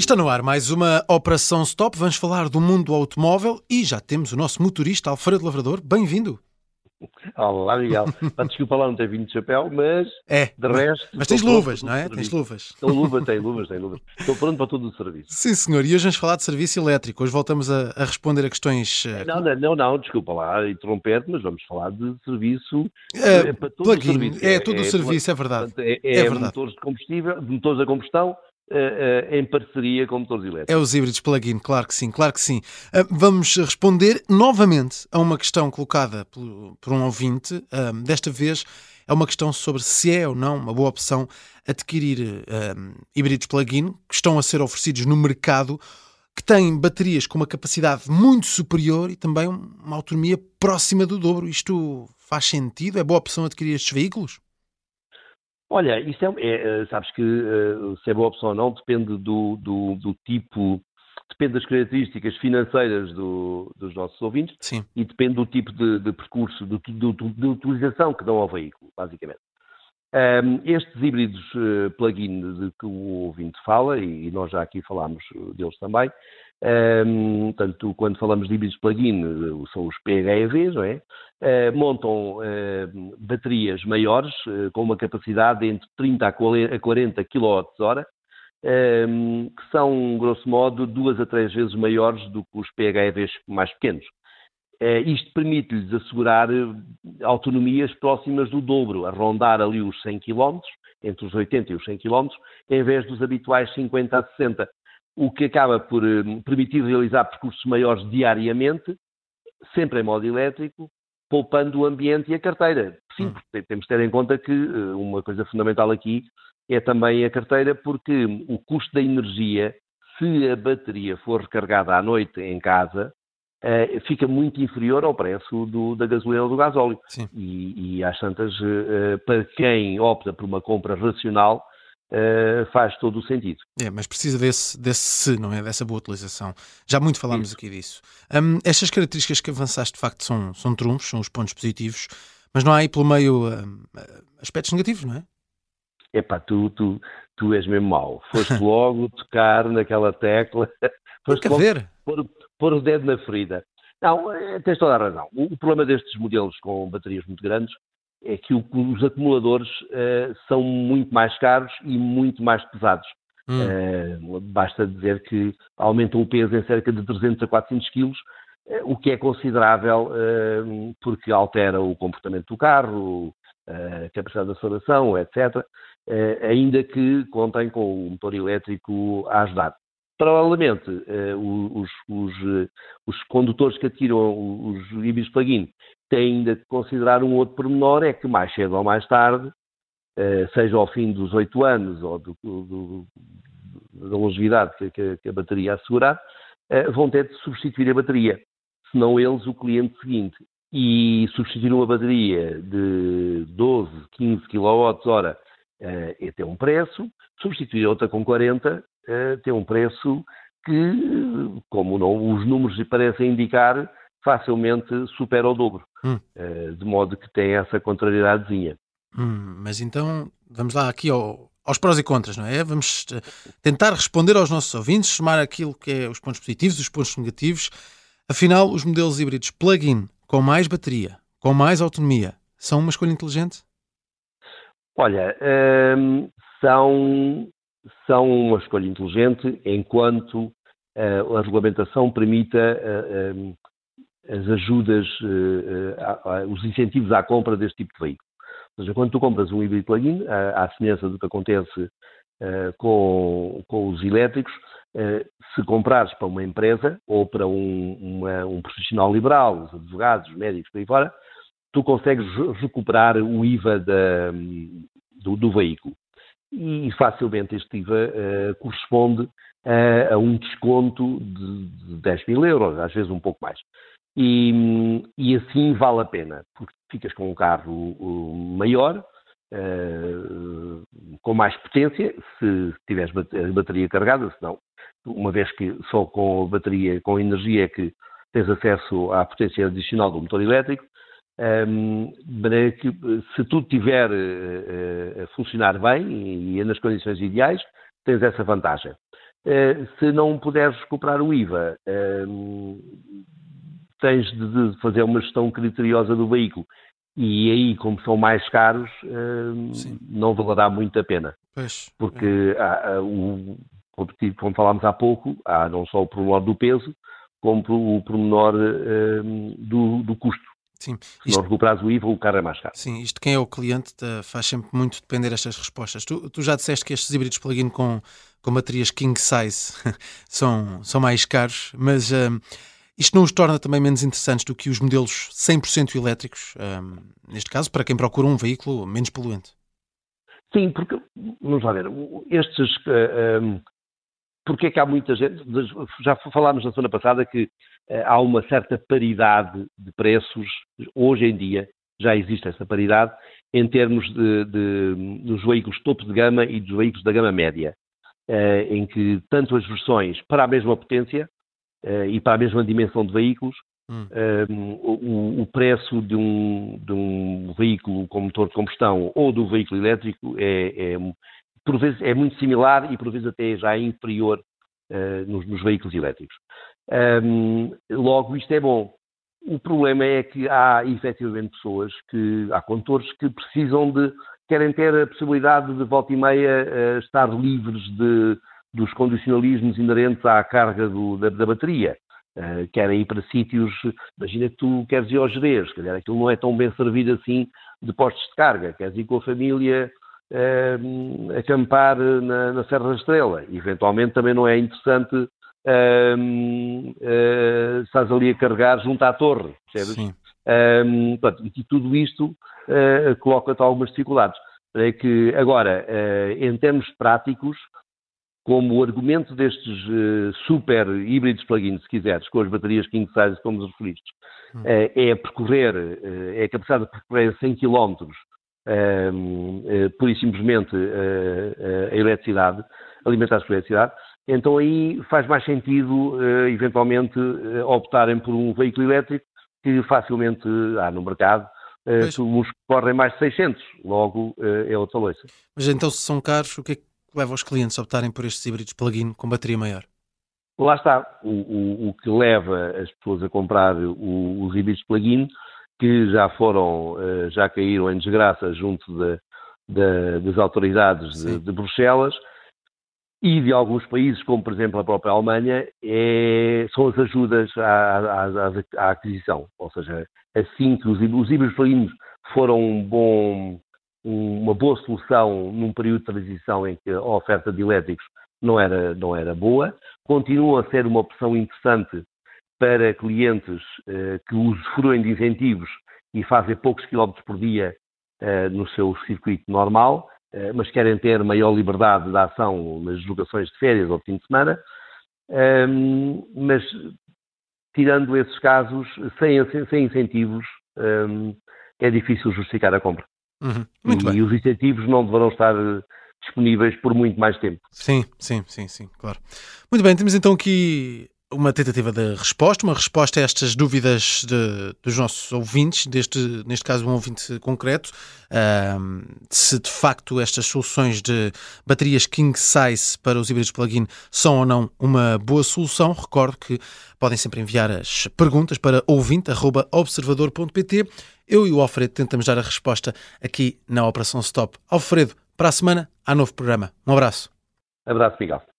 Está no ar mais uma Operação Stop. Vamos falar do mundo do automóvel e já temos o nosso motorista, Alfredo Lavrador. Bem-vindo. Olá, Miguel. Desculpa lá, não ter vindo de chapéu, mas de resto Mas estou tens pronto luvas, para não todo o é? Tens serviço. luvas. Tenho luvas. Estou pronto para todo o serviço. Sim, senhor. E hoje vamos falar de serviço elétrico. Hoje voltamos a responder a questões... Não, desculpa lá, interromper-te, mas vamos falar de serviço para todo o plug-in. serviço. É todo o serviço, é verdade. Portanto, É é verdade. motores de combustível, de motores a combustão, em parceria com motores É elétricos. os híbridos plug-in, claro que sim, claro que sim. Vamos responder novamente a uma questão colocada por um ouvinte. Desta vez é uma questão sobre se é ou não uma boa opção adquirir híbridos plug-in que estão a ser oferecidos no mercado, que têm baterias com uma capacidade muito superior e também uma autonomia próxima do dobro. Isto faz sentido? É boa opção adquirir estes veículos? Olha, isso sabes que se é boa opção ou não depende do tipo, depende das características financeiras dos nossos ouvintes Sim. e depende do tipo de percurso, de utilização que dão ao veículo, basicamente. Estes híbridos plug-in de que o ouvinte fala, e nós já aqui falámos deles também, tanto quando falamos de híbridos plug-in, são os PHEVs, não é? Montam baterias maiores, com uma capacidade entre 30 a 40 kWh, que são, grosso modo, 2 a 3 vezes maiores do que os PHEVs mais pequenos. Isto permite-lhes assegurar autonomias próximas do dobro, a rondar ali os 100 km, entre os 80 e os 100 km, em vez dos habituais 50 a 60, o que acaba por permitir realizar percursos maiores diariamente, sempre em modo elétrico, poupando o ambiente e a carteira. Sim, porque temos de ter em conta que uma coisa fundamental aqui é também a carteira, porque o custo da energia, se a bateria for recargada à noite em casa, fica muito inferior ao preço da gasolina ou do gasóleo. Sim. E às tantas, para quem opta por uma compra racional, faz todo o sentido. Mas precisa desse se, não é? Dessa boa utilização. Já muito falámos Isso. aqui disso. Estas características que avançaste, de facto, são trunfos, são os pontos positivos, mas não há aí pelo meio aspectos negativos, não é? Epá, tu és mesmo mau. Foste logo tocar naquela tecla, Tem foste que logo haver. pôr o dedo na ferida. Não, tens toda a razão. O problema destes modelos com baterias muito grandes é que os acumuladores são muito mais caros e muito mais pesados. Basta dizer que aumentam o peso em cerca de 300 a 400 quilos, o que é considerável porque altera o comportamento do carro, a capacidade de aceleração, etc., ainda que contem com o motor elétrico a ajudar. Paralelamente, os condutores que adquiram os híbridos plug-in têm ainda que considerar um outro pormenor, é que mais cedo ou mais tarde, seja ao fim dos 8 anos ou da longevidade que a bateria assegurar, vão ter de substituir a bateria, senão eles o cliente seguinte. E substituir uma bateria de 12, 15 kWh tem um preço, substituir outra com 40 tem um preço que, como os números parecem indicar, facilmente supera o dobro. De modo que tem essa contrariedadezinha. Mas então, vamos lá aqui aos prós e contras, não é? Vamos tentar responder aos nossos ouvintes, somar aquilo que é os pontos positivos, os pontos negativos. Afinal, os modelos híbridos plug-in com mais bateria, com mais autonomia, são uma escolha inteligente? Olha, são uma escolha inteligente enquanto a regulamentação permita as ajudas, os incentivos à compra deste tipo de veículo. Ou seja, quando tu compras um híbrido plug-in, à semelhança do que acontece com os elétricos, se comprares para uma empresa ou para um profissional liberal, os advogados, os médicos, por aí fora, tu consegues recuperar o IVA do veículo. E facilmente este IVA corresponde a um desconto de 10 mil euros, às vezes um pouco mais. E assim vale a pena, porque ficas com um carro maior, com mais potência, se tiveres a bateria carregada, senão, uma vez que só com a bateria, com a energia é que tens acesso à potência adicional do motor elétrico, de maneira que se tudo estiver a funcionar bem e nas condições ideais, tens essa vantagem. se não puderes recuperar o IVA, tens de fazer uma gestão criteriosa do veículo. E aí, como são mais caros, não valerá muito a pena. Pois. Porque, como falámos há pouco, há não só o pormenor do peso, como o pormenor do custo. Sim. Se não recuperares o IVA, o carro é mais caro. Sim, isto quem é o cliente faz sempre muito depender destas respostas. Tu já disseste que estes híbridos plug-in com baterias king size são mais caros, mas isto não os torna também menos interessantes do que os modelos 100% elétricos, neste caso, para quem procura um veículo menos poluente? Sim, porque, vamos lá ver, porque é que há muita gente, já falámos na semana passada que há uma certa paridade de preços, hoje em dia já existe essa paridade, em termos dos veículos topo de gama e dos veículos da gama média, em que tanto as versões para a mesma potência e para a mesma dimensão de veículos, o preço de um veículo com motor de combustão ou do veículo elétrico por vezes é muito similar e por vezes até já é inferior nos veículos elétricos. Logo, isto é bom. O problema é que há efetivamente pessoas, há condutores que querem ter a possibilidade de volta e meia estar livres dos condicionalismos inerentes à carga da bateria. Querem ir para sítios, imagina que tu queres ir ao Gerês, se calhar aquilo não é tão bem servido assim de postos de carga, queres ir com a família acampar na Serra da Estrela. Eventualmente também não é interessante estás ali a carregar junto à torre, percebes? Sim. E tudo isto coloca-te algumas dificuldades. É que, agora, em termos práticos, como o argumento destes super híbridos plug-in, se quiseres, com as baterias king size, como os referiste, é a capacidade de percorrer 100 km, pura e simplesmente a eletricidade, alimentados por eletricidade, então aí faz mais sentido, eventualmente, optarem por um veículo elétrico que facilmente há no mercado, uns que correm mais de 600, logo é outra loiça. Mas então, se são caros, o que é que leva os clientes a optarem por estes híbridos plug-in com bateria maior? Lá está, o que leva as pessoas a comprar os híbridos plug-in, que já caíram em desgraça junto das autoridades de Bruxelas e de alguns países, como por exemplo a própria Alemanha, são as ajudas à aquisição. Ou seja, assim que os híbridos plug-in foram uma boa solução num período de transição em que a oferta de elétricos não era boa, continuam a ser uma opção interessante para clientes que usufruem de incentivos e fazem poucos quilómetros por dia no seu circuito normal, mas querem ter maior liberdade de ação nas deslocações de férias ou de fim de semana, mas tirando esses casos, sem incentivos, é difícil justificar a compra. Muito bem. E os incentivos não deverão estar disponíveis por muito mais tempo. Sim, claro. Muito bem, temos então aqui uma tentativa de resposta, uma resposta a estas dúvidas dos nossos ouvintes, neste caso um ouvinte concreto, se de facto estas soluções de baterias king size para os híbridos plug-in são ou não uma boa solução. Recordo que podem sempre enviar as perguntas para ouvinte@observador.pt. Eu e o Alfredo tentamos dar a resposta aqui na Operação Stop. Alfredo, para a semana há novo programa. Um abraço. Abraço, Miguel.